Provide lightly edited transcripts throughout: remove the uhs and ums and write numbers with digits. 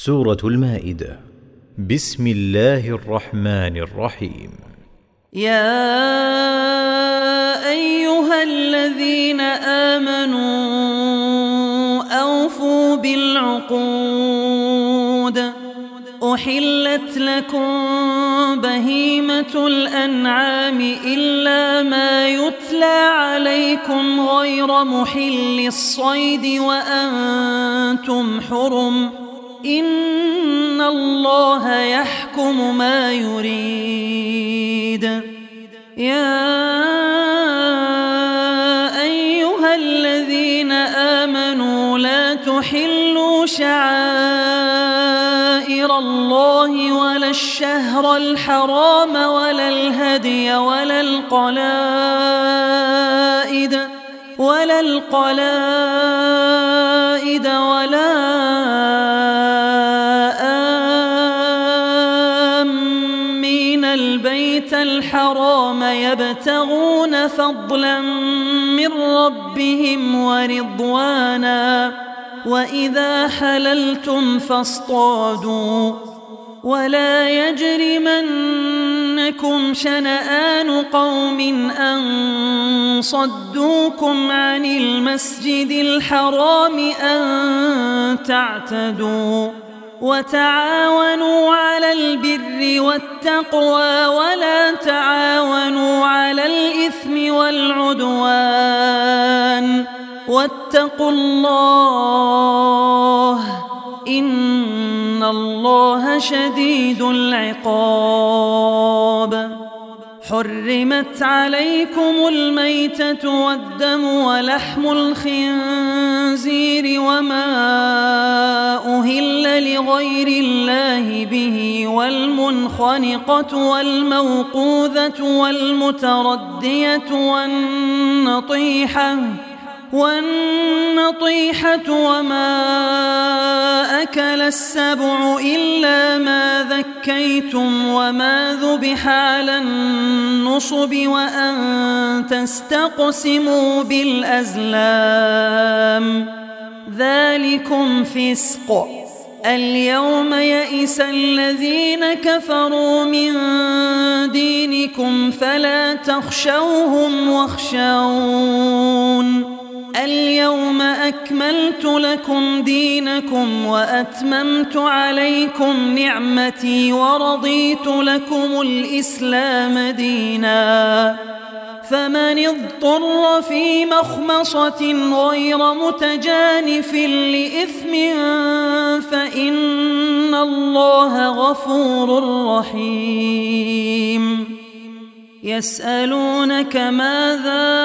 سورة المائدة. بسم الله الرحمن الرحيم. يا أيها الذين آمنوا أوفوا بالعقود. أحلت لكم بهيمة الأنعام إلا ما يتلى عليكم غير محل الصيد وأنتم حرم، إن الله يحكم ما يريد. يا أيها الذين آمنوا لا تحلوا شعائر الله ولا الشهر الحرام ولا الهدي ولا القلائد ولا آمين البيت الحرام يبتغون فضلا من ربهم ورضوانا، وإذا حللتم فاصطادوا، ولا يجرمنكم شنآن قوم أن صدوكم عن المسجد الحرام أن تعتدوا، وتعاونوا على البر والتقوى ولا تعاونوا على الإثم والعدوان، واتقوا الله إن الله شديد العقاب. حرمت عليكم الميتة والدم ولحم الخنزير وما أهل لغير الله به، والمنخنقة والموقوذة والمتردية والنطيحة وما أكل السبع إلا ما ذكيتم وما ذبح على النصب وأن تستقسموا بالأزلام، ذلكم فسق. اليوم يئس الذين كفروا من دينكم فلا تخشوهم واخشون. اليوم أكملت لكم دينكم وأتممت عليكم نعمتي ورضيت لكم الإسلام دينا، فمن اضطر في مخمصة غير متجانف لإثم فإن الله غفور رحيم. يسألونك ماذا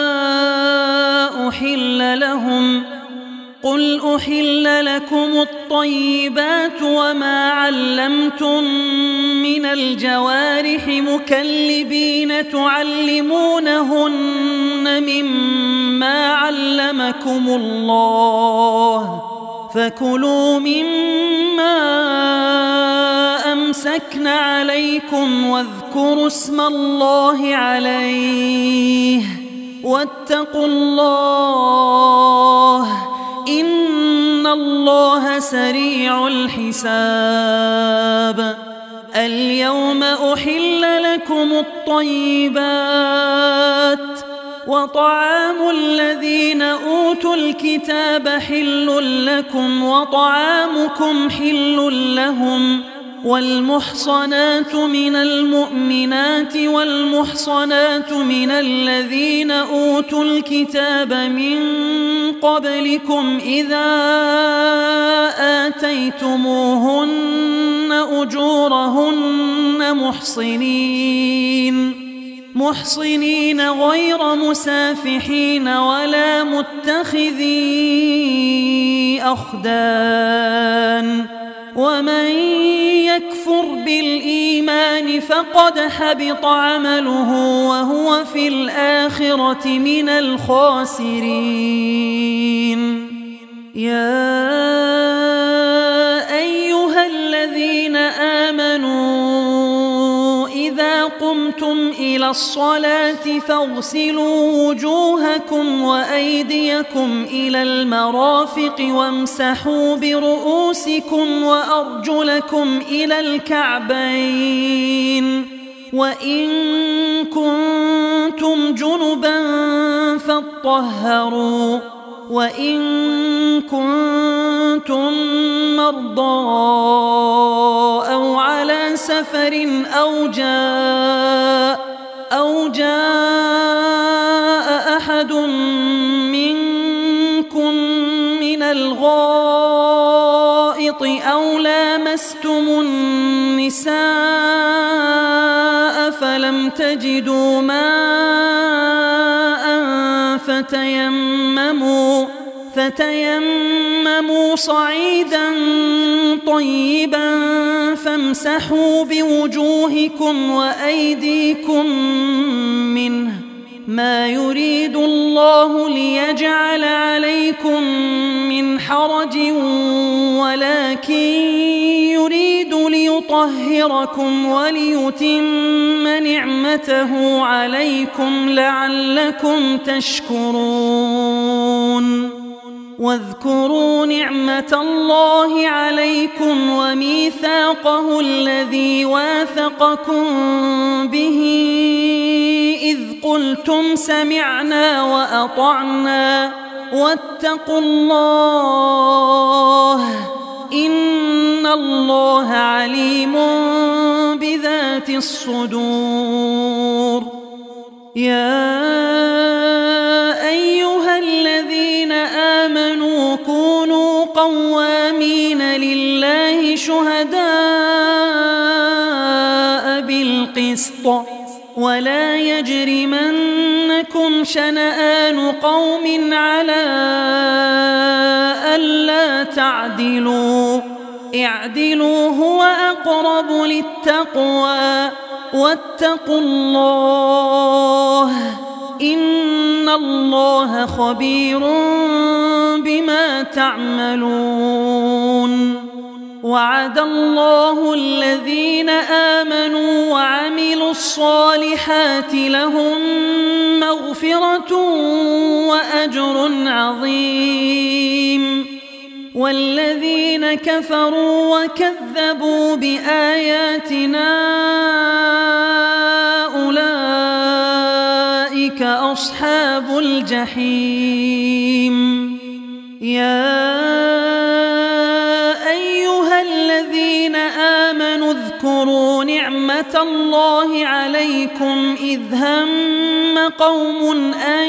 أحل لهم، قل أحل لكم الطيبات وما علمتم من الجوارح مكلبين تعلمونهن مما علمكم الله، فكلوا مما أمسكن عليكم واذكروا اسم الله عليه، واتقوا الله إن الله سريع الحساب. اليوم أحل لكم الطيبات، وطعام الذين أوتوا الكتاب حل لكم وطعامكم حل لهم، والمحصنات من المؤمنات والمحصنات من الذين أوتوا الكتاب من قبلكم إذا آتيتموهن أجورهن محصنين غير مسافحين ولا متخذي أخدان، ومن يكفر بالإيمان فقد حبط عمله وهو في الآخرة من الخاسرين. يا أيها الذين آمنوا إذا قمتم إلى الصلاة فاغسلوا وجوهكم وأيديكم إلى المرافق وامسحوا برؤوسكم وأرجلكم إلى الكعبين وإن كنتم جنبا فاطهروا وإن كنتم مرضى أو على سفر أو جاء أحد منكم من الغائط أو لامستم النساء فلم تجدوا ماء فتيمموا صعيدا طيبا فامسحوا بوجوهكم وأيديكم منه ما يريد الله ليجعل عليكم من حرج ولكن يريد ليطهركم وليتم نعمته عليكم لعلكم تشكرون واذكروا نعمة الله عليكم وميثاقه الذي واثقكم به إذ قلتم سمعنا وأطعنا واتقوا الله إن الله عليم بذات الصدور يا أيها الذين آمنوا كونوا قوامين لله شهداء بالقسط ولا يجرمنكم شنآن قوم على ألا تعدلوا اعدلوا هو أقرب للتقوى واتقوا الله إن الله خبير بما تعملون وعد الله الذين آمنوا وعملوا الصالحات لهم مغفرة وأجر عظيم والذين كفروا وكذبوا بآياتنا أولئك أصحاب الجحيم يا أيها الذين آمنوا اذكروا نعمة الله عليكم إذ هم قوم أن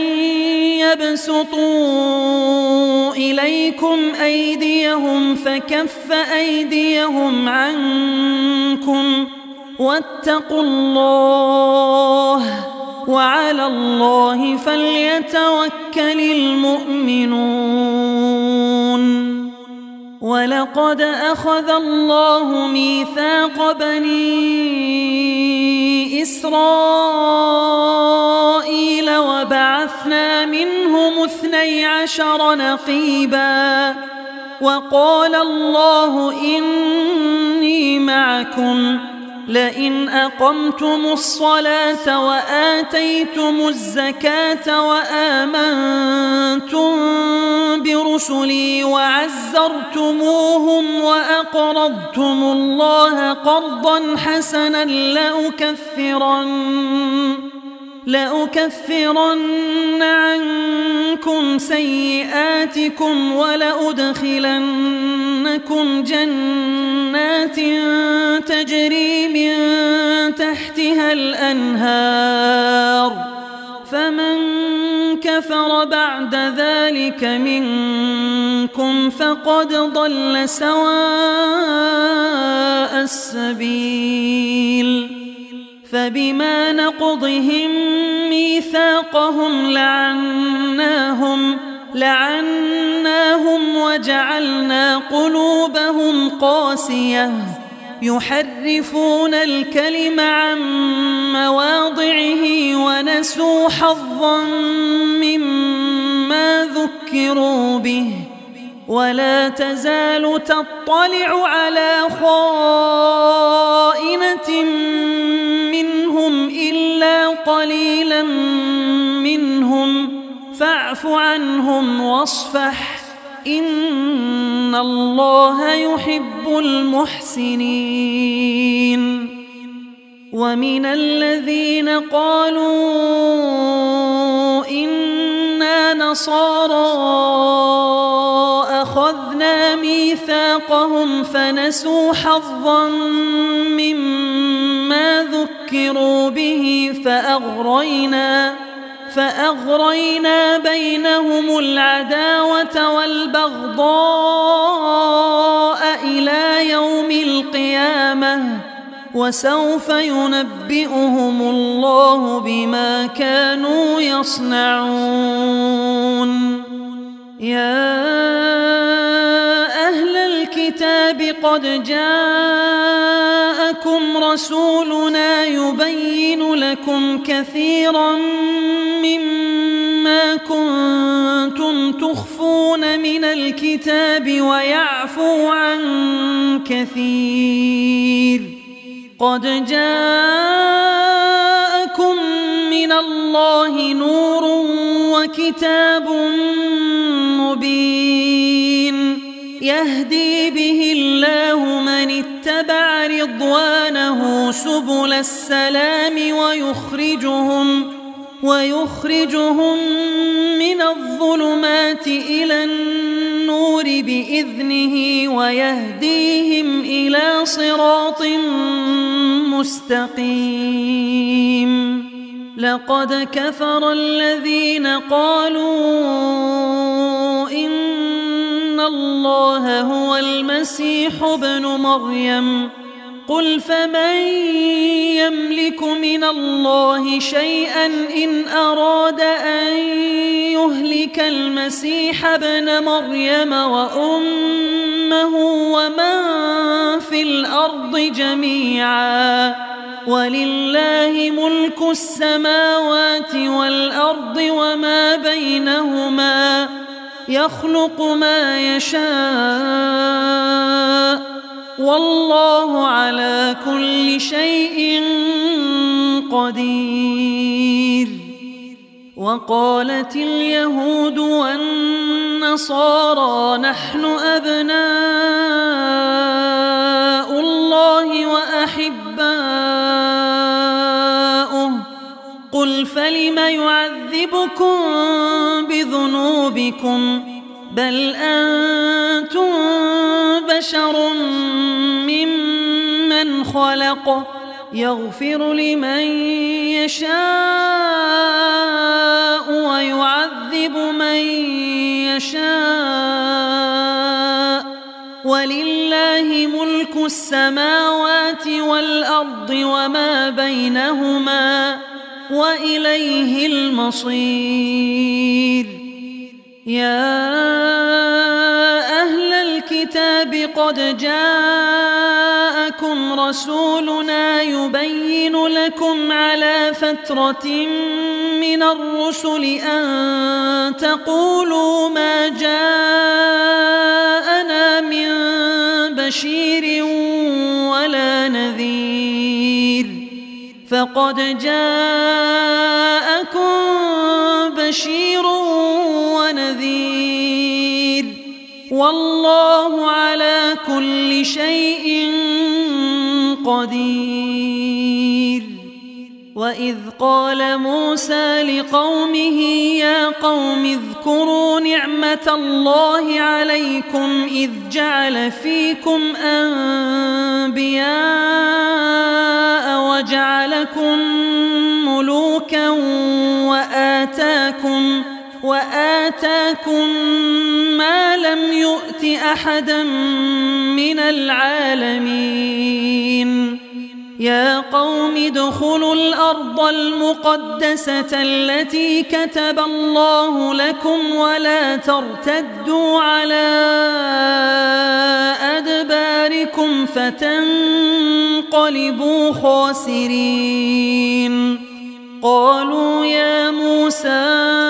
يبسطوا إليكم أيديهم فكف أيديهم عنكم واتقوا الله وعلى الله فليتوكل المؤمنون ولقد أخذ الله ميثاق بني إسرائيل وبعثنا منهم 12 نقيبا وقال الله إني معكم لئن أقمتم الصلاة وآتيتم الزكاة وآمنتم برسلي وعزرتموهم وأقرضتم الله قرضا حسنا لأكفرن عنكم سيئاتكم ولأدخلنكم جنات تجري من تحتها الأنهار فمن كفر بعد ذلك منكم فقد ضل سواء السبيل فبما نقضهم ميثاقهم لعناهم وجعلنا قلوبهم قاسية يحرفون الكلم عن مواضعه ونسوا حظا مما ذكروا به ولا تزال تطلع على خائنة منهم إلا قليلا قليلا منهم فاعف عنهم واصفح إن الله يحب المحسنين. ومن الذين قالوا إنا نصارى أخذنا ميثاقهم فنسوا حظا مما ذكروا به فأغرينا بينهم العداوة والبغضاء إلى يوم القيامة وسوف ينبئهم الله بما كانوا يصنعون. يا أهل الكتاب قد جاءكم رسولنا يبين لكم كثيرا مما كنتم تخفون من الكتاب ويعفو عن كثير. قد جاءكم من الله نور وكتاب مبين يهدي به الله من اتبع رضوانه سبل السلام ويخرجهم من الظلمات إلى النور بإذنه ويهديهم إلى صراط مستقيم. لقد كفر الذين قالوا إن الله هو المسيح ابن مريم قل فمن يملك من الله شيئا إن أراد أن يهلك المسيح ابن مريم وأمه ومن في الأرض جميعا ولله ملك السماوات والأرض وما بينهما يخلق ما يشاء والله على كل شيء قدير. وقالت اليهود والنصارى نحن أبناء الله وأحباؤه قل فلم يعذبكم بذنوبكم بل أنتم بشر ممن خلق يغفر لمن يشاء ويعذب من يشاء ولله ملك السماوات والأرض وما بينهما وإليه المصير. يا أهل الكتاب قد جاءكم رسولنا يبين لكم على فترة من الرسل أن تقولوا ما جاءنا من بشير ولا نذير فقد جاءكم بشير ونذير والله على كل شيء قدير. وإذ قال موسى لقومه يا قوم اذكروا نعمة الله عليكم إذ جعل فيكم أنبياء وجعلكم ملوكا وآتاكم ما لم يؤت أحدا من العالمين. يا قوم ادخلوا الأرض المقدسة التي كتب الله لكم ولا ترتدوا على أدباركم فتنقلبوا خاسرين. قالوا يا موسى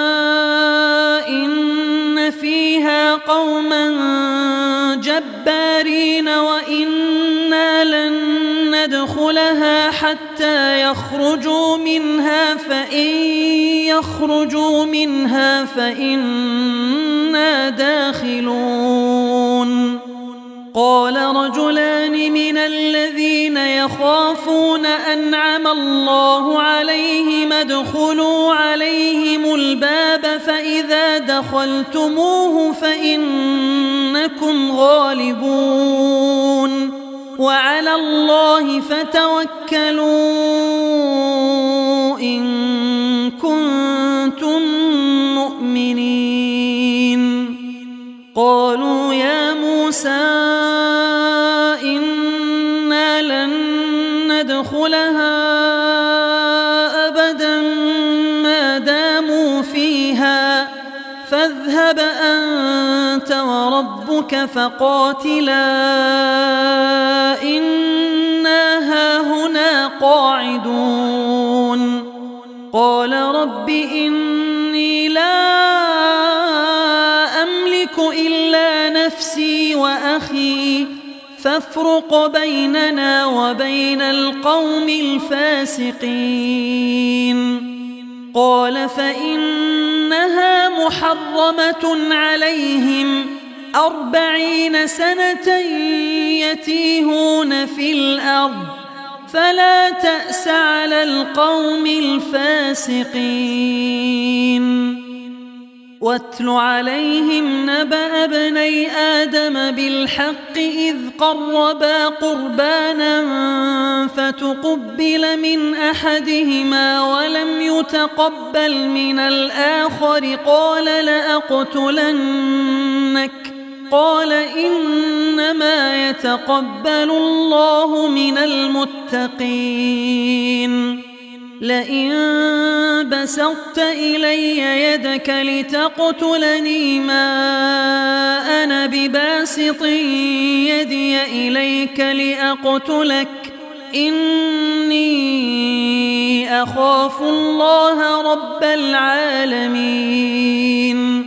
إن فيها قوما جبارين وإنا لن ندخلها حتى يخرجوا منها فإن يخرجوا منها فإنا داخلون قال رجلان من الذين يخافون أنعم الله عليهم ادخلوا عليهم الباب فإذا دخلتموه فإنكم غالبون وعلى الله فتوكلوا إن كنتم مؤمنين قالوا يا موسى إنا لن ندخلها أبدا ما داموا فيها فاذهب أنت وربك فقاتلا إنا هاهنا قاعدون قال رب إني لا أملك إلا نفسي وأخي فافرق بيننا وبين القوم الفاسقين قال فإنها محرمة عليهم 40 سنة يتيهون في الأرض فلا تأس على القوم الفاسقين واتل عليهم نبأ ابني آدم بالحق إذ قربا قربانا فتقبل من أحدهما ولم يتقبل من الآخر قال لأقتلنك قال إنما يتقبل الله من المتقين لئن بسطت إلي يدك لتقتلني ما أنا بباسط يدي إليك لأقتلك إني أخاف الله رب العالمين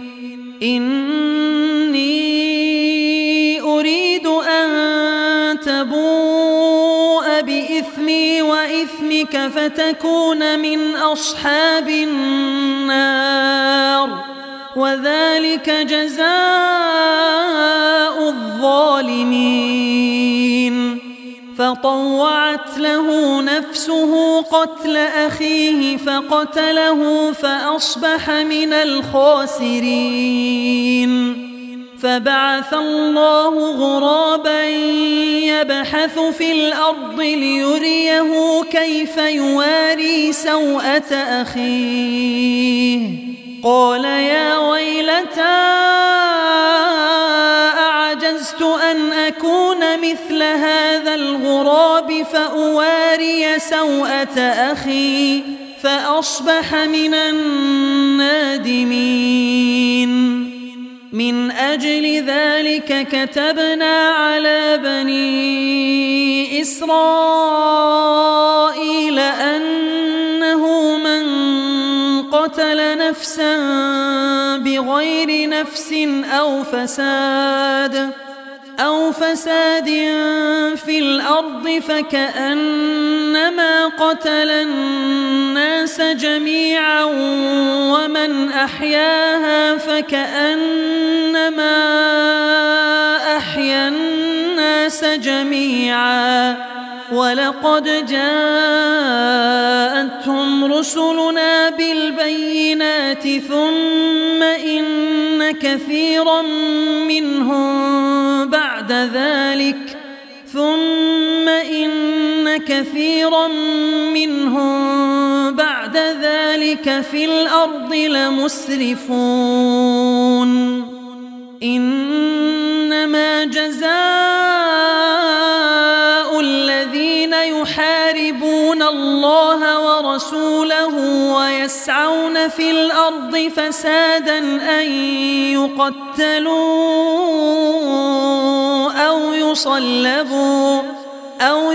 إني أريد أن تبوء بإثمي وإثمك فتكون من أصحاب النار وذلك جزاء الظالمين فطوعت له نفسه قتل أخيه فقتله فأصبح من الخاسرين فبعث الله غرابا يبحث في الأرض ليريه كيف يواري سوءة أخيه قال يا ويلتى أعجزت أن أكون مثل هذا الغراب فأواري سوءة أخي فأصبح من النادمين من أجل ذلك كتبنا على بني إسرائيل أنه من قتل نفسا بغير نفس أو فساد في الأرض فكأنما قتل الناس جميعا ومن أحياها فكأنما أحيا الناس جميعا ولقد جاءتهم رسلنا بالبينات ثم إن كثيرا منهم بعد ذلك في الأرض لمسرفون إنما جزاء الذين يحاربون الله ورسوله ويسعون في الأرض فسادا أن يقتلوا أو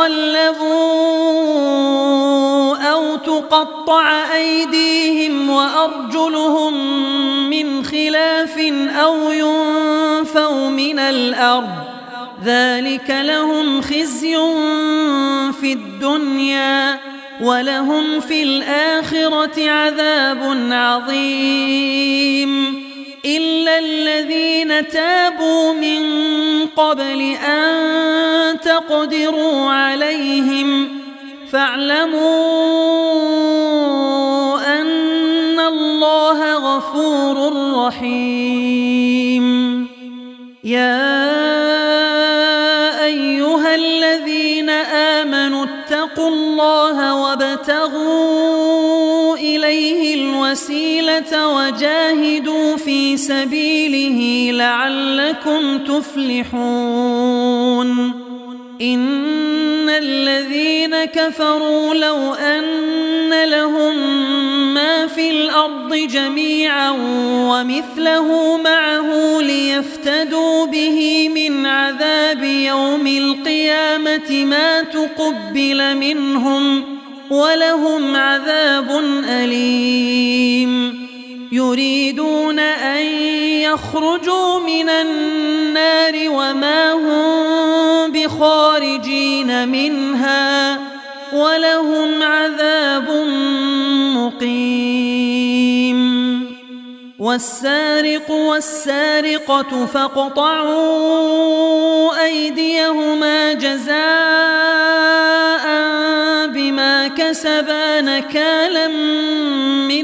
يصلبوا أو تقطع أيديهم وأرجلهم من خلاف أو ينفوا من الأرض ذلك لهم خزي في الدنيا ولهم في الآخرة عذاب عظيم إلا الذين تابوا من قبل أن تقدروا عليهم فاعلموا أن الله غفور رحيم. يا أيها الذين آمنوا اتقوا الله وابتغوا إليه الوسيلة وجاهدوا في سبيله لعلكم تفلحون. إن الذين كفروا لو أن لهم ما في الأرض جميعا ومثله معه ليفتدوا به من عذاب يوم القيامة ما تقبل منهم ولهم عذاب أليم. يريدون أن يخرجوا من النار وما هم بخارجين منها ولهم عذاب مقيم. والسارق والسارقة فاقطعوا أيديهما جزاء بما كسبا نكالا من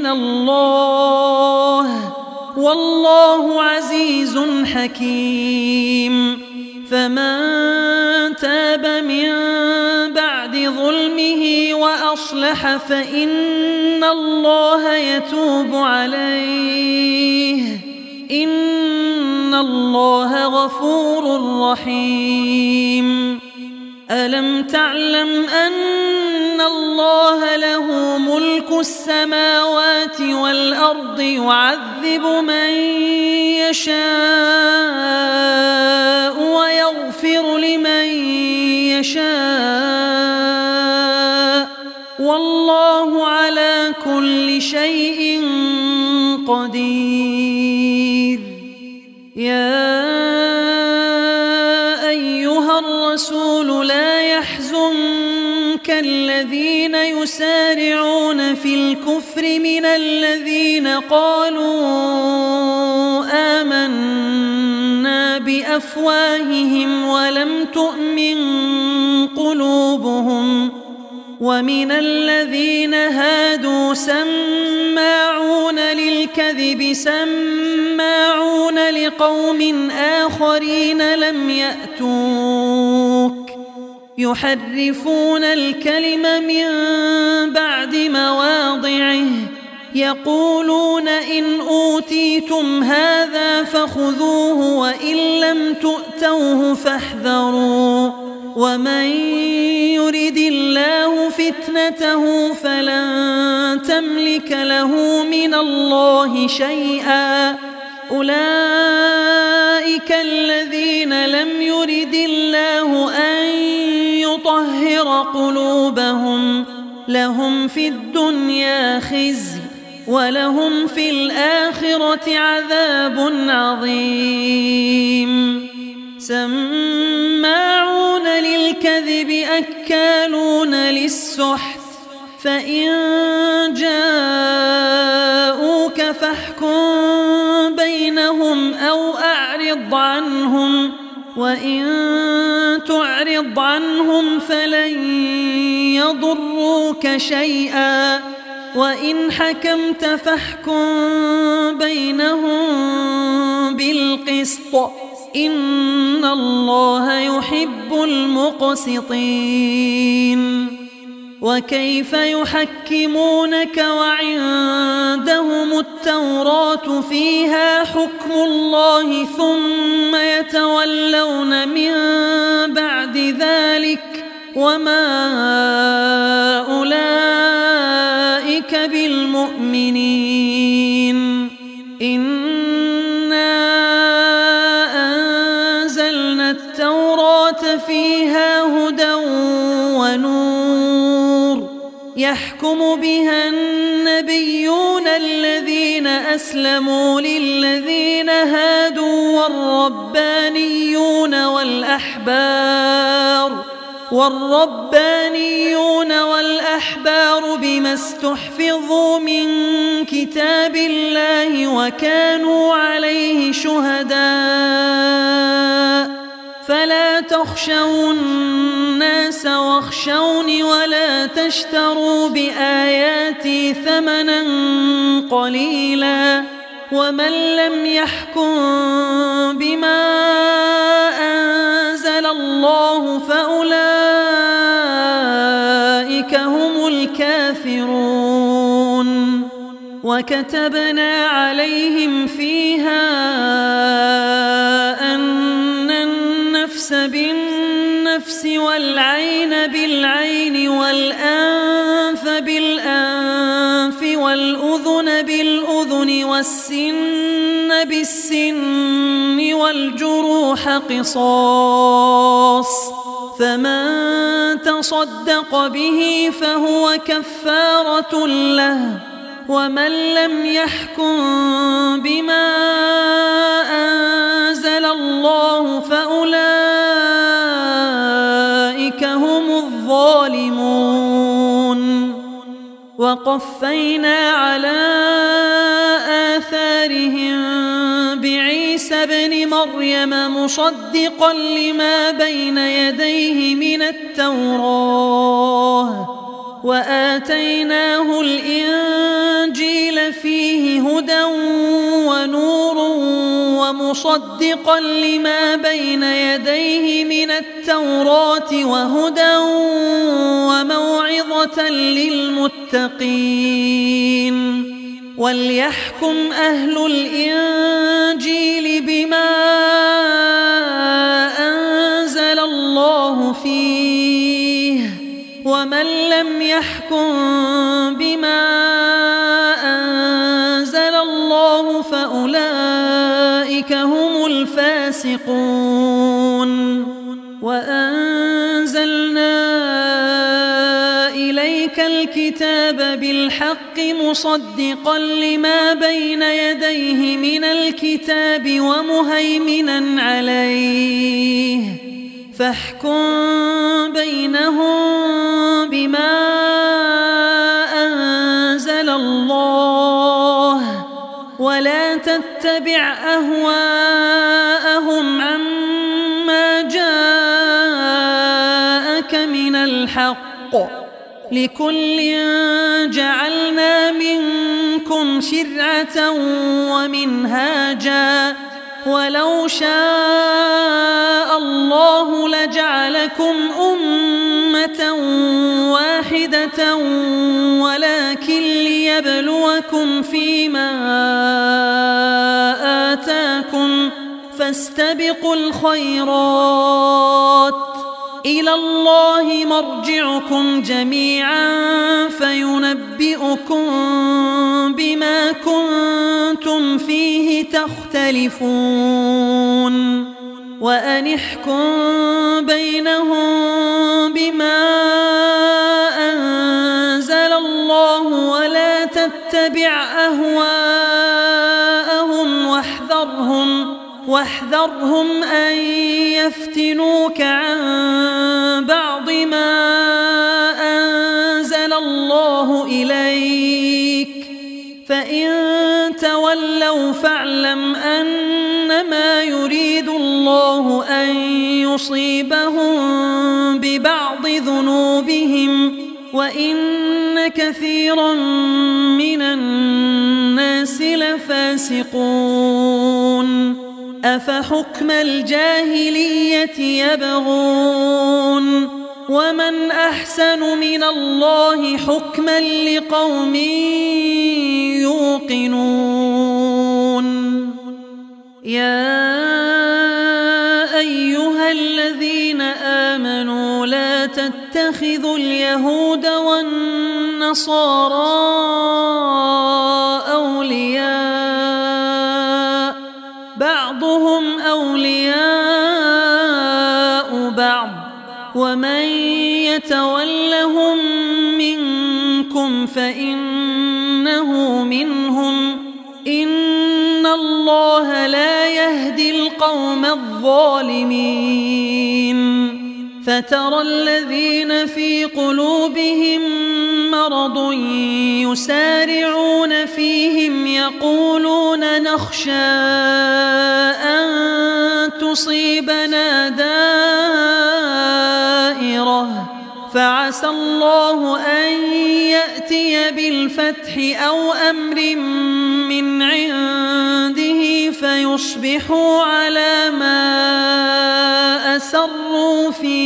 الله والله عزيز حكيم. فمن تاب من بعد ظلمه وأصلح فإن الله يتوب عليه إن الله غفور رحيم. ألم تعلم أن الله له ملك السماوات والأرض يعذب من يشاء ويغفر لمن يشاء والله على كل شيء قدير. يا أيها الرسول لا يحزنك الذين يسارعون في الكفر من الذين قالوا آمنا بأفواههم ولم تؤمن قلوبهم ومن الذين هادوا سماعون للكذب سماعون لقوم آخرين لم يأتوك يحرفون الكلم من بعد مواضعه يقولون إن أوتيتم هذا فخذوه وإن لم تؤتوه فاحذروا ومن يرد الله فتنته فلن تملك له من الله شيئا. أولئك الذين لم يرد الله أن يطهر قلوبهم لهم في الدنيا خزي ولهم في الآخرة عذاب عظيم. سماعون للكذب أكالون للسحت فإن جاءوك فاحكم بينهم أو أعرض عنهم وإن تعرض عنهم فلن يضروك شيئا وإن حكمت فاحكم بينهم بالقسط إن الله يحب المقسطين. وكيف يحكمونك وعندهم التوراة فيها حكم الله ثم يتولون من بعد ذلك وما أولئك بالمؤمنين. إنا أنزلنا التوراة فيها هدى ونور يحكم بها النبيون الذين أسلموا للذين هادوا والربانيون والأحبار بما استحفظوا من كتاب الله وكانوا عليه شهداء فلا تخشوا الناس واخشوني ولا تشتروا بآياتي ثمنا قليلا ومن لم يحكم بما أنزل الله فأولئك هم الكافرون. وكتبنا عليهم فيها أن النفس بالنفس والعين بالعين والأنف بالأنف والأذن بالأذن والسن بالسن والجروح قصاص فمن تصدق به فهو كفارة له ومن لم يحكم بما أنزل الله فأولئك هم الظالمون. وقفينا على آثارهم بعيسى ابن مريم مصدقا لما بين يديه من التوراة وآتيناه الإنجيل فيه هدى ونور ومصدقا لما بين يديه من التوراة وهدى وموعظة للمتقين. وليحكم أهل الإنجيل بما أنزل الله فيه ومن لم يحكم بما أنزل الله فأولئك هم الفاسقون. وأنزلنا إليك الكتاب بالحق مصدقا لما بين يديه من الكتاب ومهيمنا عليه فاحكم بينهم بما أنزل الله ولا تتبع أهواءهم عما جاءك من الحق لكل جعلنا منكم شرعة ومنهاجا ولو شاء الله لجعلكم أمة واحدة ولكن ليبلوكم فيما آتاكم فاستبقوا الخيرات إلى الله مرجعكم جميعا فينبئكم بما كنتم فيه تختلفون. وأن احكم بينهم بما أنزل الله ولا تتبع أهواءهم واحذرهم أن يفتنوك عن بعض ما أنزل الله إليك فإن تولوا فاعلم أنما يريد الله أن يصيبهم ببعض ذنوبهم وإن كثيرا من الناس لفاسقون. أفحكم الجاهلية يبغون ومن أحسن من الله حكما لقوم يوقنون. يا أيها الذين آمنوا لا تتخذوا اليهود والنصارى أولياء بعضهم أولياء بعض ومن يتولهم منكم فإنه منهم إن الله لا يهدي القوم الظالمين فترى الذين في قلوبهم مرض يسارعون فيهم يقولون نخشى أن تصيبنا دائرة فعسى الله أن يأتي بالفتح أو أمر من عنده فيصبحوا على ما أسروا في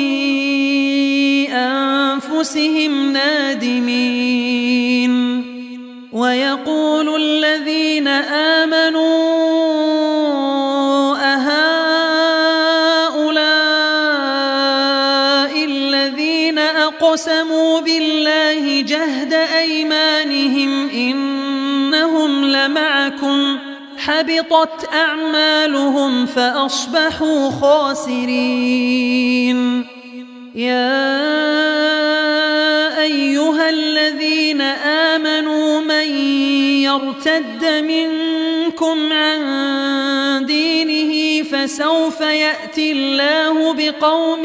أنفسهم نادمين ويقول الذين آمنوا أهؤلاء الذين أقسموا بالله جهد أيمانهم إنهم لمعكم حبطت أعمالهم فأصبحوا خاسرين يا أيها الذين آمنوا من يرتد منكم عن دينه فسوف يأتي الله بقوم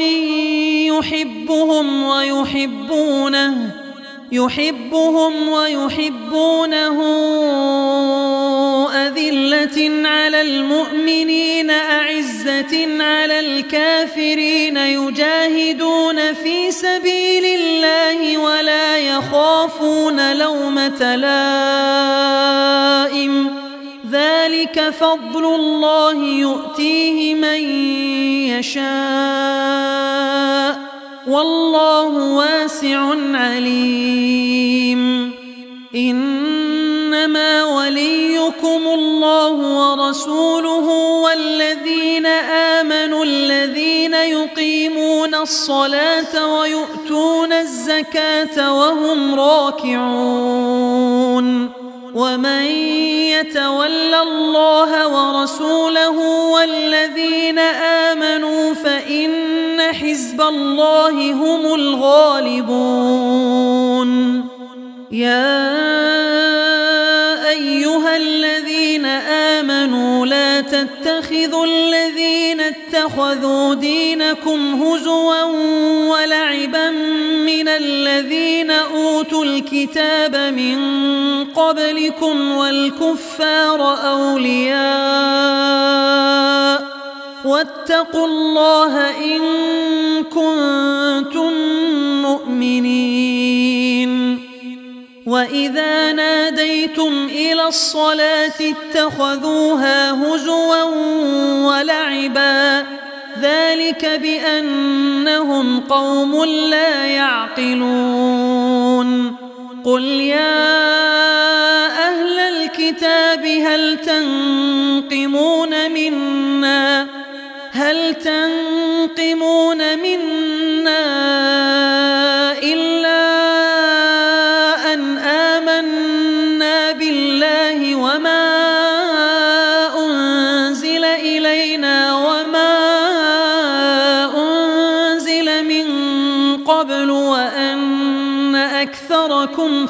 يحبهم ويحبونه أذلة على المؤمنين أعزة على الكافرين يجاهدون في سبيل الله ولا يخافون لومة لائم ذلك فضل الله يؤتيه من يشاء والله واسع عليم إنما وليكم الله ورسوله والذين آمنوا الذين يقيمون الصلاة ويؤتون الزكاة وهم راكعون ومن يتول الله ورسوله والذين آمنوا فإن حزب الله هم الغالبون يا أيها الذين آمنوا لا تتخذوا الذين اتخذوا دينكم هزوا ولعبا من الذين أوتوا الكتاب من قبلكم والكفار أولياء واتقوا الله إن كنتم مؤمنين وإذا ناديتم إلى الصلاة اتخذوها هزوا ولعبا ذلك بأنهم قوم لا يعقلون قل يا أهل الكتاب هل تنقمون منا إلا أن آمنا بالله وما أنزل إلينا وما أنزل من قبل وأن أكثركم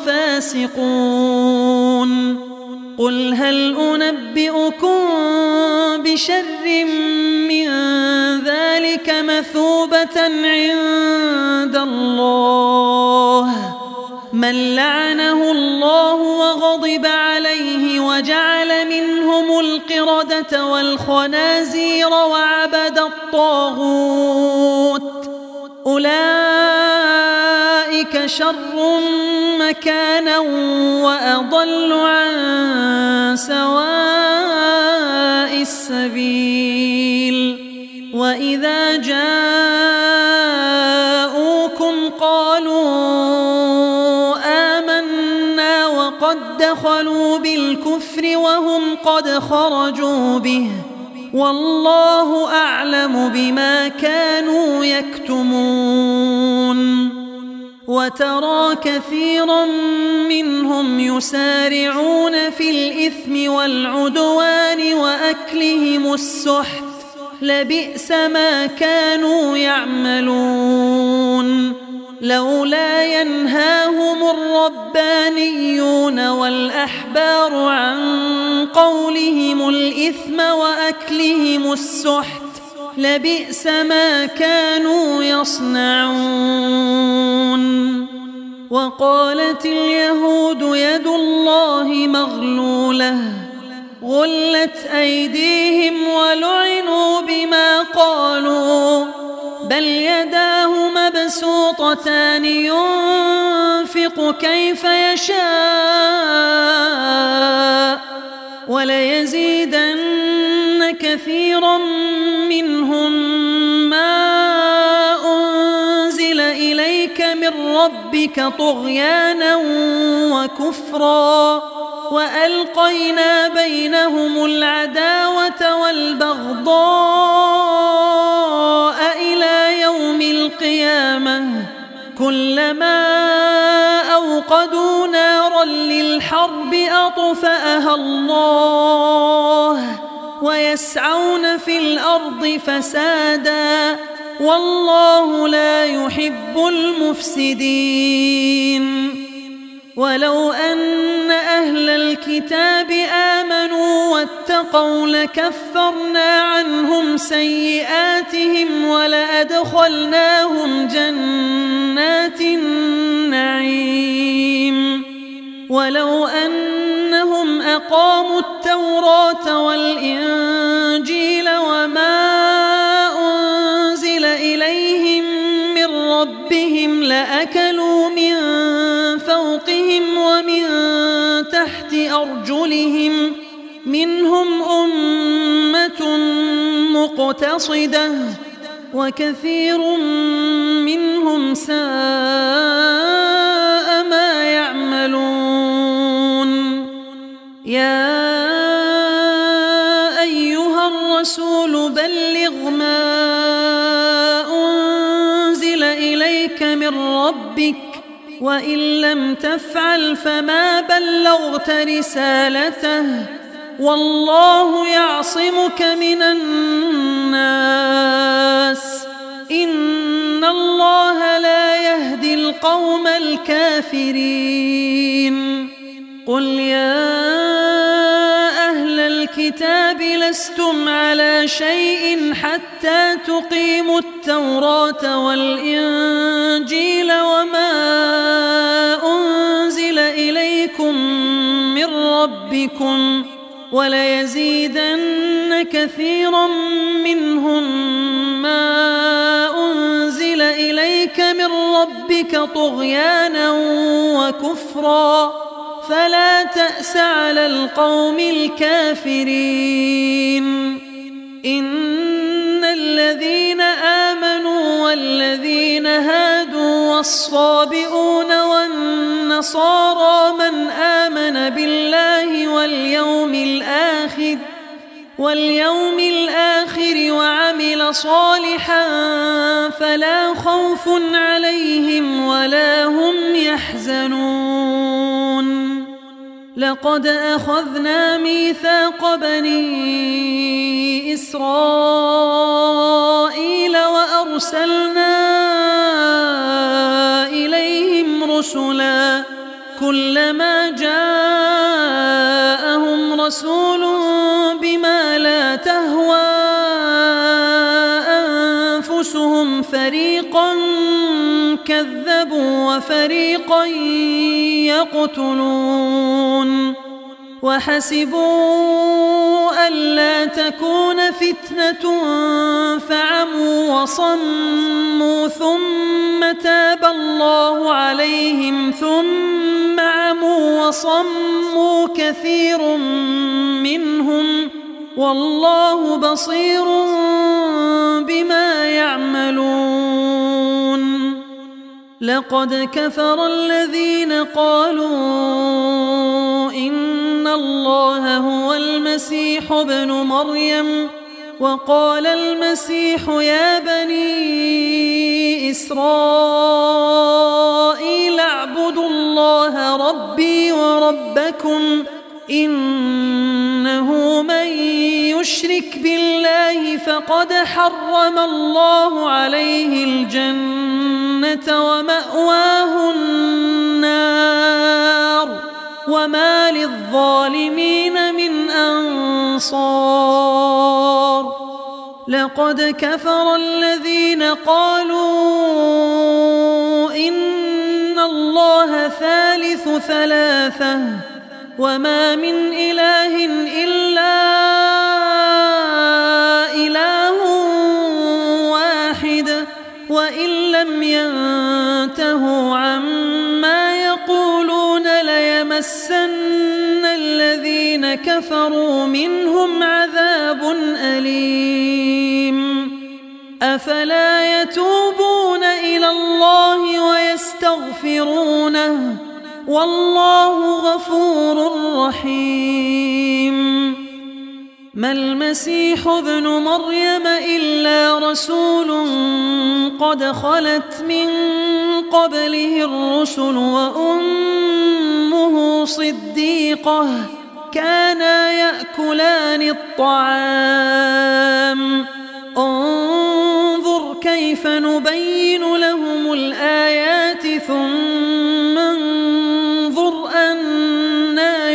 فاسقون قل هل أنبئكم بشر من ذلك مثوبة عند الله من لعنه الله وغضب عليه وجعل منهم القردة والخنازير وعبد الطاغوت أولئك شر مكانا وأضل عن سواء السبيل وإذا جاءوكم قالوا آمنا وقد دخلوا بالكفر وهم قد خرجوا به والله أعلم بما كانوا يكتمون وترى كثيرا منهم يسارعون في الإثم والعدوان وأكلهم السحت لبئس ما كانوا يعملون لولا ينهاهم الربانيون والأحبار عن قولهم الإثم وأكلهم السحت لبئس ما كانوا يصنعون. وقالت اليهود يد الله مغلولة غلت أيديهم ولعنوا بما قالوا بل يداه مبسوطتان ينفق كيف يشاء وليزيدن كثيرا منهم ما أنزل إليك من ربك طغيانا وكفرا وألقينا بينهم العداوة والبغضاء إلى يوم القيامة كلما أوقدوا نارا للحرب أطفأها الله ويسعون في الأرض فسادا والله لا يحب المفسدين. ولو أن أهل الكتاب آمنوا واتقوا لكفرنا عنهم سيئاتهم ولأدخلناهم جنات النعيم. ولو أنهم أقاموا التوراة والإنجيل وما أنزل إليهم من ربهم لأكلوا من فوقهم ومن تحت أرجلهم منهم أمة مقتصدة وكثير منهم ساء ما يعملون. يا أيها الرسول بلغ ما أنزل إليك من ربك وإن لم تفعل فما بلغت رسالته والله يعصمك من الناس إن الله لا يهدي القوم الكافرين. قل يا أهل الكتاب لستم على شيء حتى تقيموا التوراة والإنجيل وما أنزل إليكم من ربكم وليزيدن كثيرا منهم ما أنزل إليك من ربك طغيانا وكفرا فلا تأس على القوم الكافرين. إن الذين آمنوا والذين هادوا والصابئون والنصارى من آمن بالله واليوم الآخر وعمل صالحا فلا خوف عليهم ولا هم يحزنون. لقد أخذنا ميثاق بني إسرائيل وأرسلنا إليهم رسلا كلما جاءهم رسول بما لا تهوى أنفسهم فريقا كذبوا وفريقا يقتلون. وحسبوا ألا تكون فتنة فعموا وصموا ثم تاب الله عليهم ثم عموا وصموا كثير منهم والله بصير بما يعملون. لقد كفر الذين قالوا إن الله هو المسيح ابن مريم وقال المسيح يا بني إسرائيل اعبدوا الله ربي وربكم إنه من يشرك بالله فقد حرم الله عليه الجنة الجنة ومأواه النار وما للظالمين من أنصار لقد كفر الذين قالوا إن الله ثالث ثلاثة وما من إله إلا إله واحد وإن لم ينتهوا عما يقولون ليمسن الذين كفروا منهم عذاب أليم أفلا يتوبون إلى الله ويستغفرونه والله غفور رحيم ما المسيح ابن مريم إلا رسول قد خلت من قبله الرسل وأمه صديقة كانا يأكلان الطعام انظر كيف نبين لهم الآيات ثم انظر أنى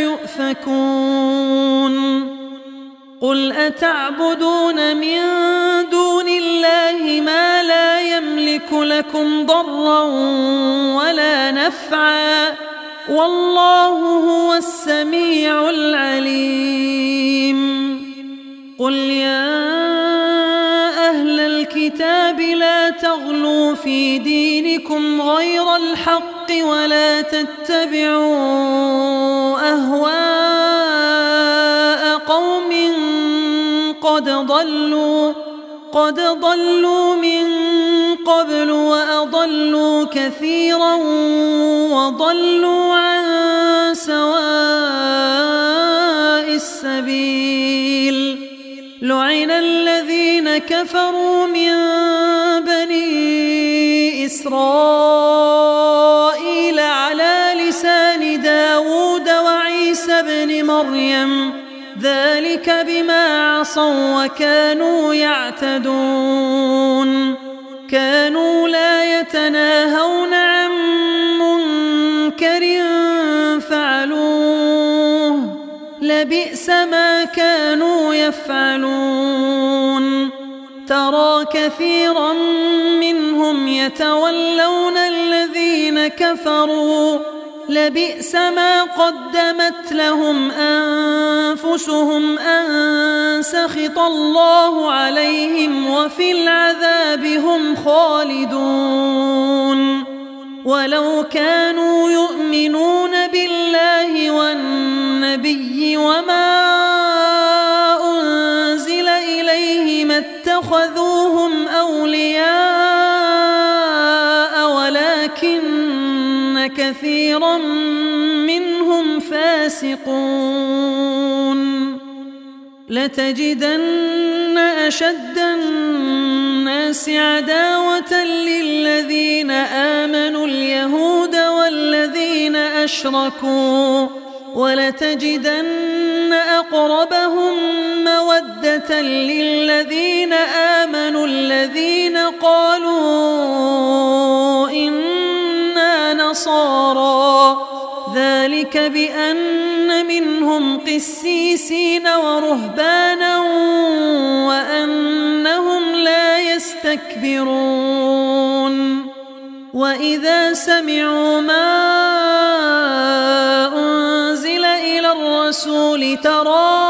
يؤفكون قل أتعبدون من دون الله ما لا يملك لكم ضرا ولا نفعا والله هو السميع العليم قل يا أهل الكتاب لا تغلوا في دينكم غير الحق ولا تتبعوا أهواء قوم قد ضلوا من قبل وأضلوا كثيرا وضلوا عن سواء السبيل لعن الذين كفروا من بني إسرائيل على لسان داود وعيسى بن مريم ذلك بما عصوا وكانوا يعتدون كانوا لا يتناهون عن منكر فعلوه لبئس ما كانوا يفعلون ترى كثيرا منهم يتولون الذين كفروا لبئس ما قدمت لهم أنفسهم أن سخط الله عليهم وفي العذاب هم خالدون ولو كانوا يؤمنون بالله والنبي وما أنزل إليه ما اتخذوهم أولياء ولكن كثيرا منهم فاسقون لتجدن أشد الناس عداوة للذين آمنوا اليهود والذين أشركوا ولتجدن أقربهم مودة للذين آمنوا الذين قالوا إنا نصارى ذلك بأن منهم قسيسين ورهبانا وأنهم لا يستكبرون وإذا سمعوا ما أنزل إلى الرسول ترى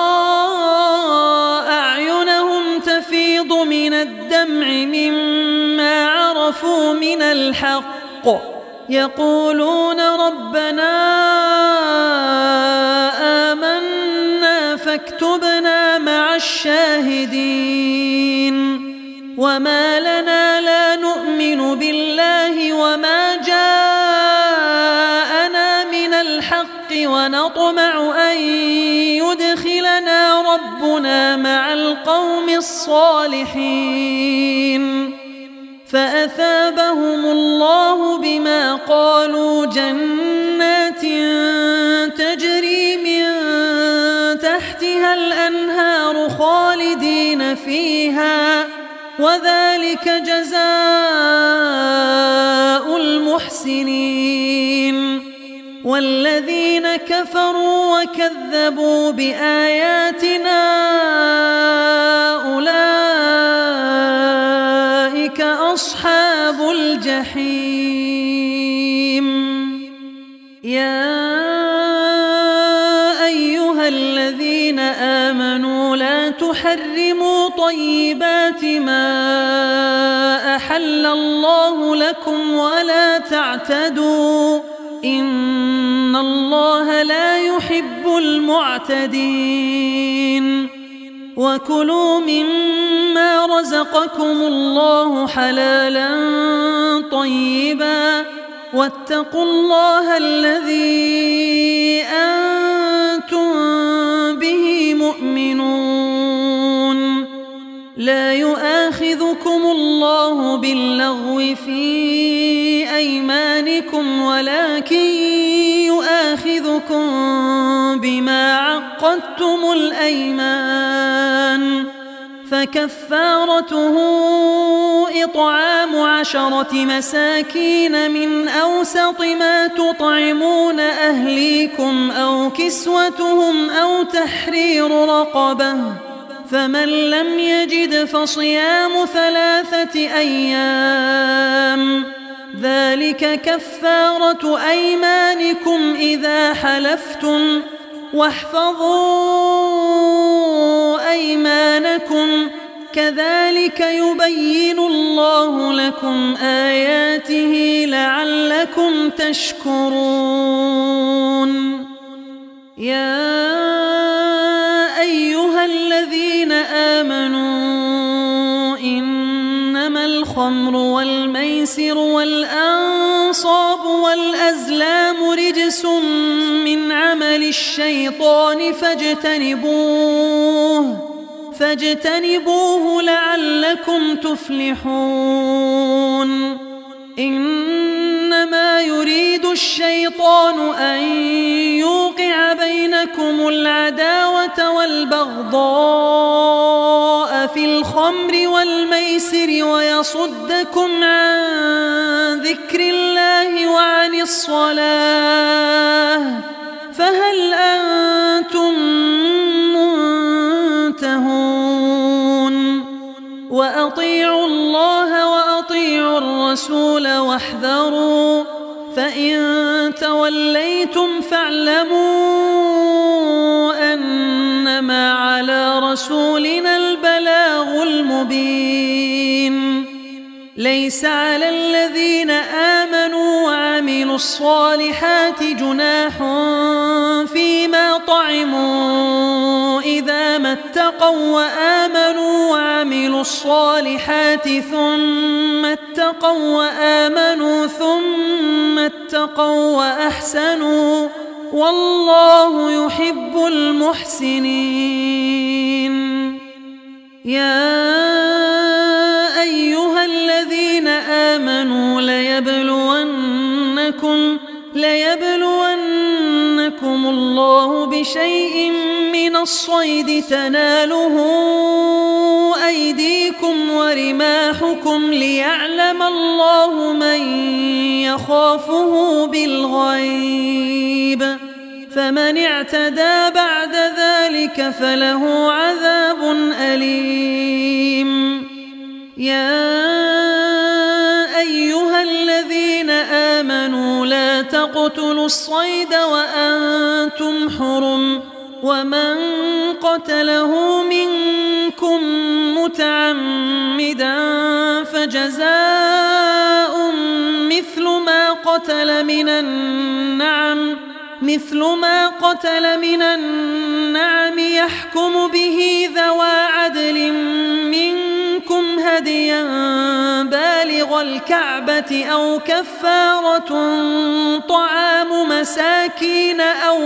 أعينهم تفيض من الدمع مما عرفوا من الحق يقولون ربنا آمنا فاكتبنا مع الشاهدين وما لنا لا نؤمن بالله وما جاءنا من الحق ونطمع أن يدخلنا ربنا مع القوم الصالحين فأثابهم الله بما قالوا جنات تجري من تحتها الأنهار خالدين فيها وذلك جزاء المحسنين والذين كفروا وكذبوا بآياتنا أولئك أصحاب الجحيم. يا أيها الذين آمنوا لا تحرموا طيبات ما أحل الله لكم ولا تعتدوا إن الله لا يحب المعتدين. وكلوا مما رزقكم الله حلالا طيبا واتقوا الله الذي أنتم به مؤمنون. لا يؤاخذكم الله باللغو في أيمانكم ولكن يؤاخذكم بما عقدتم الأيمان فكفارته إطعام 10 مساكين من أوسط ما تطعمون أهليكم أو كسوتهم أو تحرير رقبة فمن لم يجد فصيام 3 أيام ذلك كفارة أيمانكم إذا حلفتم واحفظوا أيمانكم كذلك يبين الله لكم آياته لعلكم تشكرون. يا أيها الذين آمنوا إنما الخمر والميسر والأنصاب والأزلام رجس من عمل الشيطان فاجتنبوه لعلكم تفلحون. إنما يريد الشيطان أن يوقع بينكم العداوة والبغضاء في الخمر والميسر ويصدكم عن ذكر الله وعن الصلاة فهل أنتم منتهون؟ وأطيعوا الله وأطيعوا الرسول واحذروا فإن توليتم فاعلموا أنما على رسولنا البلاغ المبين. ليس على الذين آمنوا وعملوا الصالحات جناح فيما طعموا إذا ما اتقوا وآمنوا وعملوا الصالحات ثم اتقوا وأحسنوا والله يحب المحسنين. يا أيها الذين آمنوا ليبلونكم الله بشيء من الصيد تناله أيديكم ورماحكم ليعلم الله من يخافه بالغيب فمن اعتدى بعد ذلك فله عذاب أليم. يا أيها الذين آمنوا لا تقتلوا الصيد وأنتم حرم ومن قتله منكم متعمدا فجزاء مثل ما قتل من النعم يحكم به ذوى عدل منكم هديا بالغ الكعبة أو كفارة طعام مساكين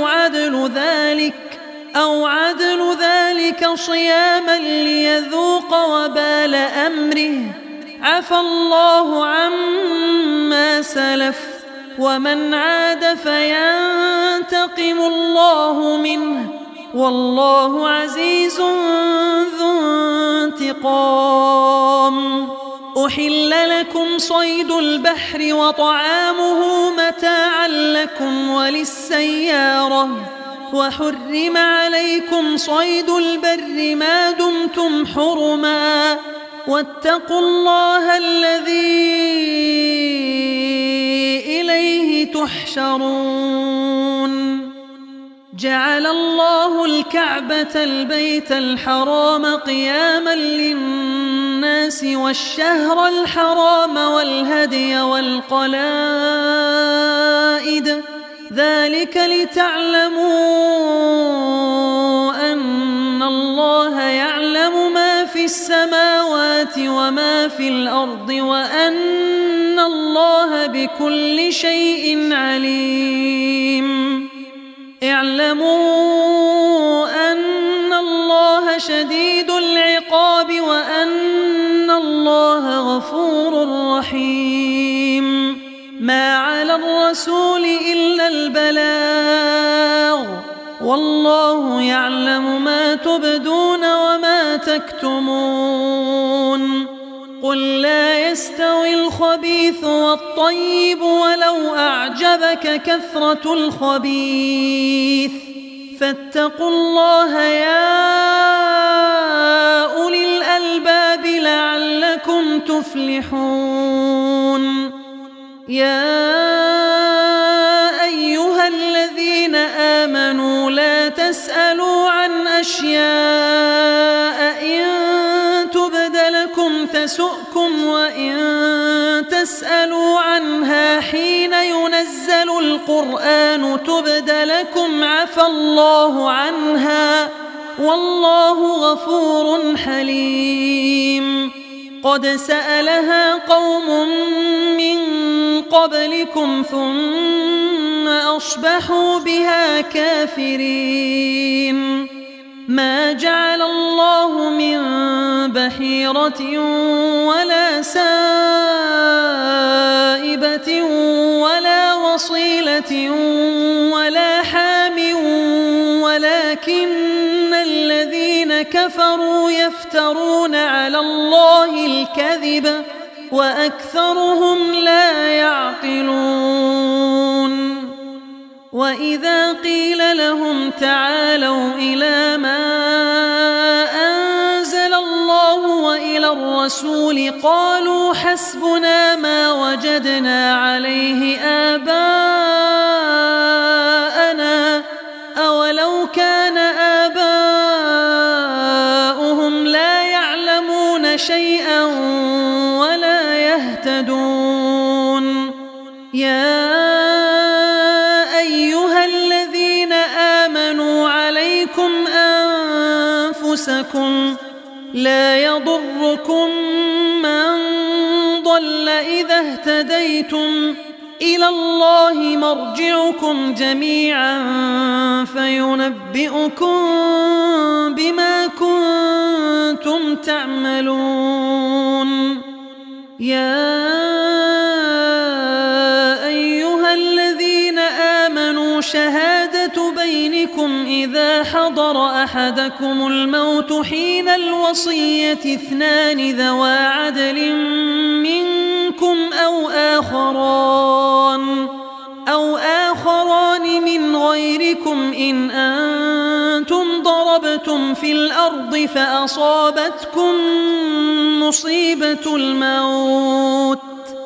أو عدل ذلك صياما ليذوق وبال أمره عفى الله عما سلف ومن عاد فينتقم الله منه والله عزيز ذو انتقام. أحل لكم صيد البحر وطعامه متاعا لكم وللسيارة وحرم عليكم صيد البر ما دمتم حرما واتقوا الله الذي إليه تحشرون جعل الله الكعبة البيت الحرام قياما للناس والشهر الحرام والهدي والقلائد ذلك لتعلموا أن الله يعلم ما في السماوات وما في الأرض وأن الله بكل شيء عليم اعلموا أن الله شديد العقاب وأن الله غفور رحيم ما على الرسول إلا البلاغ والله يعلم ما تبدون وما تكتمون قل لا يستوي الخبيث والطيب ولو أعجبك كثرة الخبيث فاتقوا الله يا أولي الألباب لعلكم تفلحون يا أيها الذين آمنوا لا تسألوا عن أشياء إن تبد لكم تسؤكم وإن تسألوا عنها حين ينزل القرآن تبد لكم عفى الله عنها والله غفور حليم قد سألها قوم من قبلكم ثم أصبحوا بها كافرين ما جعل الله من بحيرة ولا سائبة ولا وصيلة ولا حام ولكن الذين كفروا يفترون على الله الكذب وأكثرهم لا يعقلون وإذا قيل لهم تعالوا إلى ما أنزل الله وإلى الرسول قالوا حسبنا ما وجدنا عليه آباءنا أولو كان آباؤهم لا يعلمون شيئا ولا يهتدون يا أيها الذين آمنوا عليكم أنفسكم لا يضركم من ضل إذا اهتديتم إلى الله مرجعكم جميعا فينبئكم بما كنتم تعملون يا أيها الذين آمنوا شهادة بينكم إذا حضر أحدكم الموت حين الوصية 2 ذوى عدل منكم أو آخران من غيركم إن أنتم ضربتم في الأرض فأصابتكم مصيبة الموت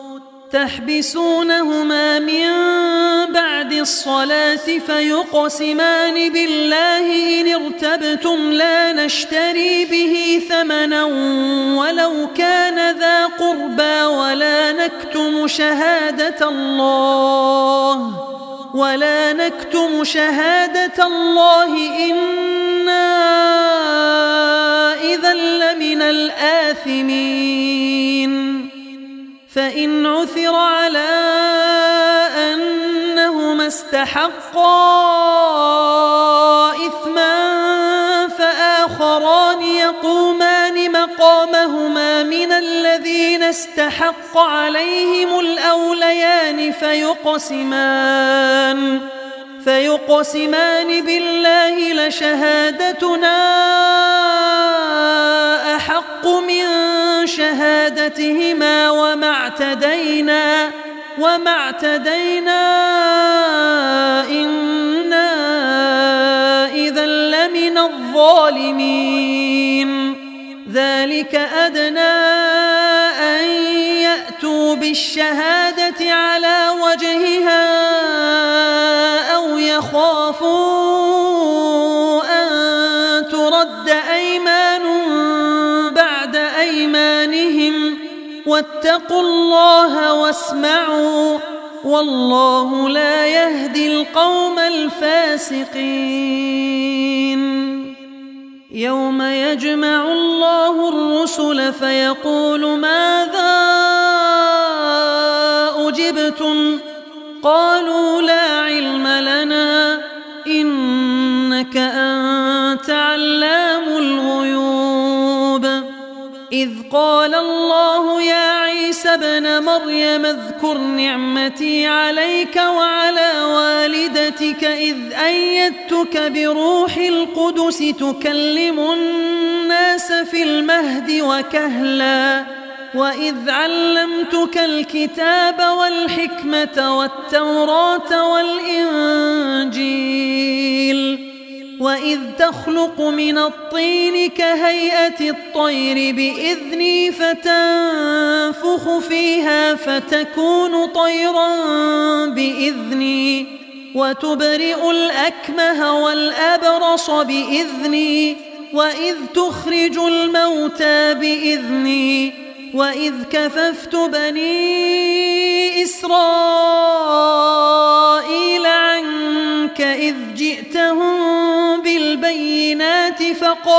تحبسونهما من بعد الصلاة فيقسمان بالله إن ارتبتم لا نشتري به ثمنا ولو كان ذا قربى ولا نكتم شهادة الله إنا إذا لمن الآثمين فإن عثر على أنهما استحقا إثما فآخران يقومان مقامهما من الذين استحق عليهم الأوليان فيقسمان بالله لشهادتنا أحق من شهادتهما وما اعتدينا إنا إذا لمن الظالمين ذلك أدنى أن يأتوا بالشهادة على وجهها أو يخافوا أن ترد أيمان بعد أيمانهم واتقوا الله واسمعوا والله لا يهدي القوم الفاسقين يوم يجمع الله الرسل فيقول ماذا أجبتم قالوا لا علم لنا إنك أنت علام الغيوب إذ قال الله يا عيسى ابن مريم اذكر نعمتي عليك وعلى والدتك إذ أيدتك بروح القدس تكلم الناس في المهد وكهلا وإذ علمتك الكتاب والحكمة والتوراة والإنجيل وإذ تخلق من الطين كهيئة الطير بإذني فتنفخ فيها فتكون طيرا بإذني وتبرئ الأكمه والأبرص بإذني وإذ تخرج الموتى بإذني وإذ كففت بني إسرائيل عنك إذ جئتهم بالبينات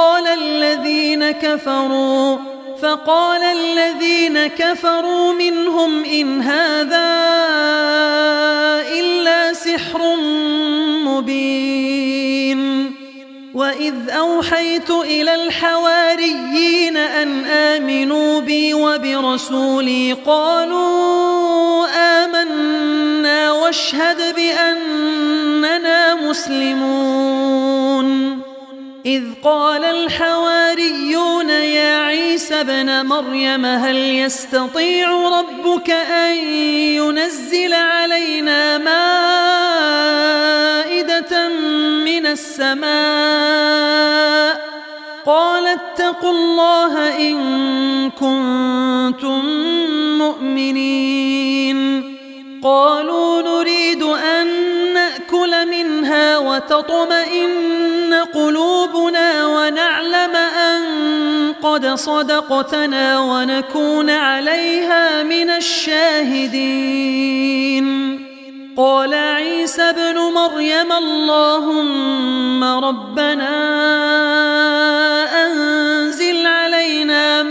فقال الذين كفروا منهم إن هذا إلا سحر مبين وإذ أوحيت إلى الحواريين أن آمنوا بي وبرسولي قالوا آمنا واشهد بأننا مسلمون إذ قال الحواريون يا عيسى ابن مريم هل يستطيع ربك أن ينزل علينا مائدة من السماء قال اتقوا الله إن كنتم مؤمنين قالوا نريد أن نأكل منها وتطمئن قلوبنا ونعلم أن قد صدقتنا ونكون عليها من الشاهدين قال عيسى ابن مريم اللهم ربنا أنزل علينا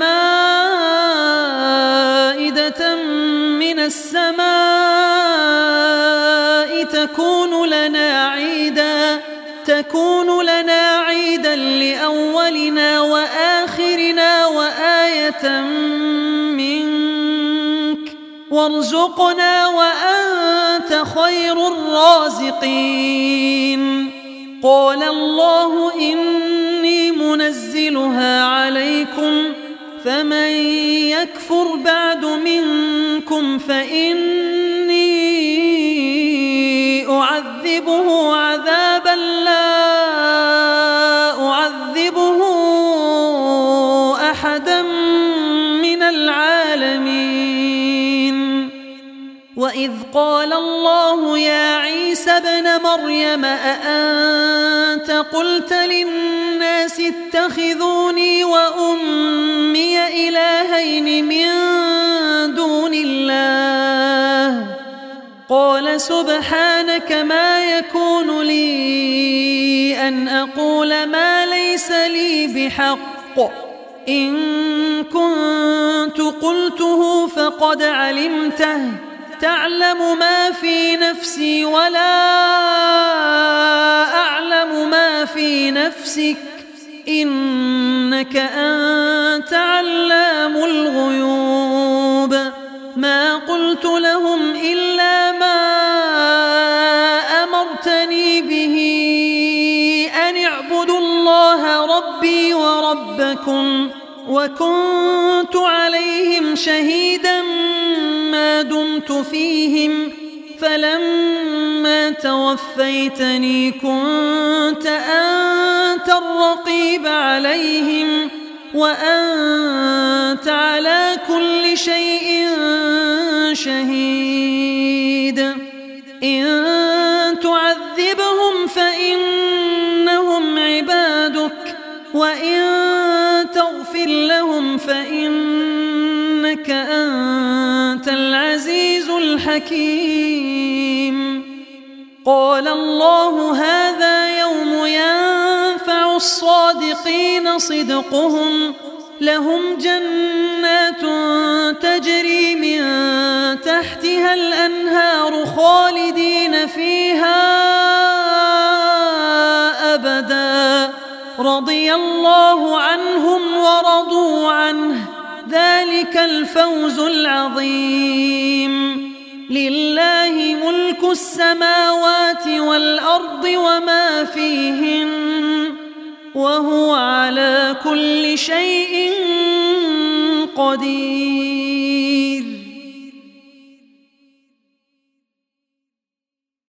مائدة من السماء تكون لنا عيدا لأولنا وآخرنا وآية منك وارزقنا وأنت خير الرازقين قال الله إني منزلها عليكم فمن يكفر بعد منكم فإني أعذبه عذابا لا أعذبه أحدا من العالمين وإذ قال الله يا عيسى ابن مريم أأنت قلت للناس اتخذوني وأمي إلهين من دون الله قال سبحانك ما يكون لي أن أقول ما ليس لي بحق إن كنت قلته فقد علمته تعلم ما في نفسي ولا أعلم ما في نفسك إنك أنت علام الغيوب ما قلت لهم إلا ما أمرتني به أن اعبدوا الله ربي وربكم وكنت عليهم شهيدا ما دمت فيهم فلما توفيتني كنت أنت الرقيب عليهم وأنت على كل شيء شهيد إن تعذبهم فإنهم عبادك وإن تغفر لهم فإنك أنت العزيز الحكيم قال الله هذا يوم ينفع الصادقين صدقهم لهم جنات تجري من تحتها الأنهار خالدين فيها أبدا رضي الله عنهم ورضوا عنه ذلك الفوز العظيم لله ملك السماوات والأرض وما فيهن وهو على كل شيء قدير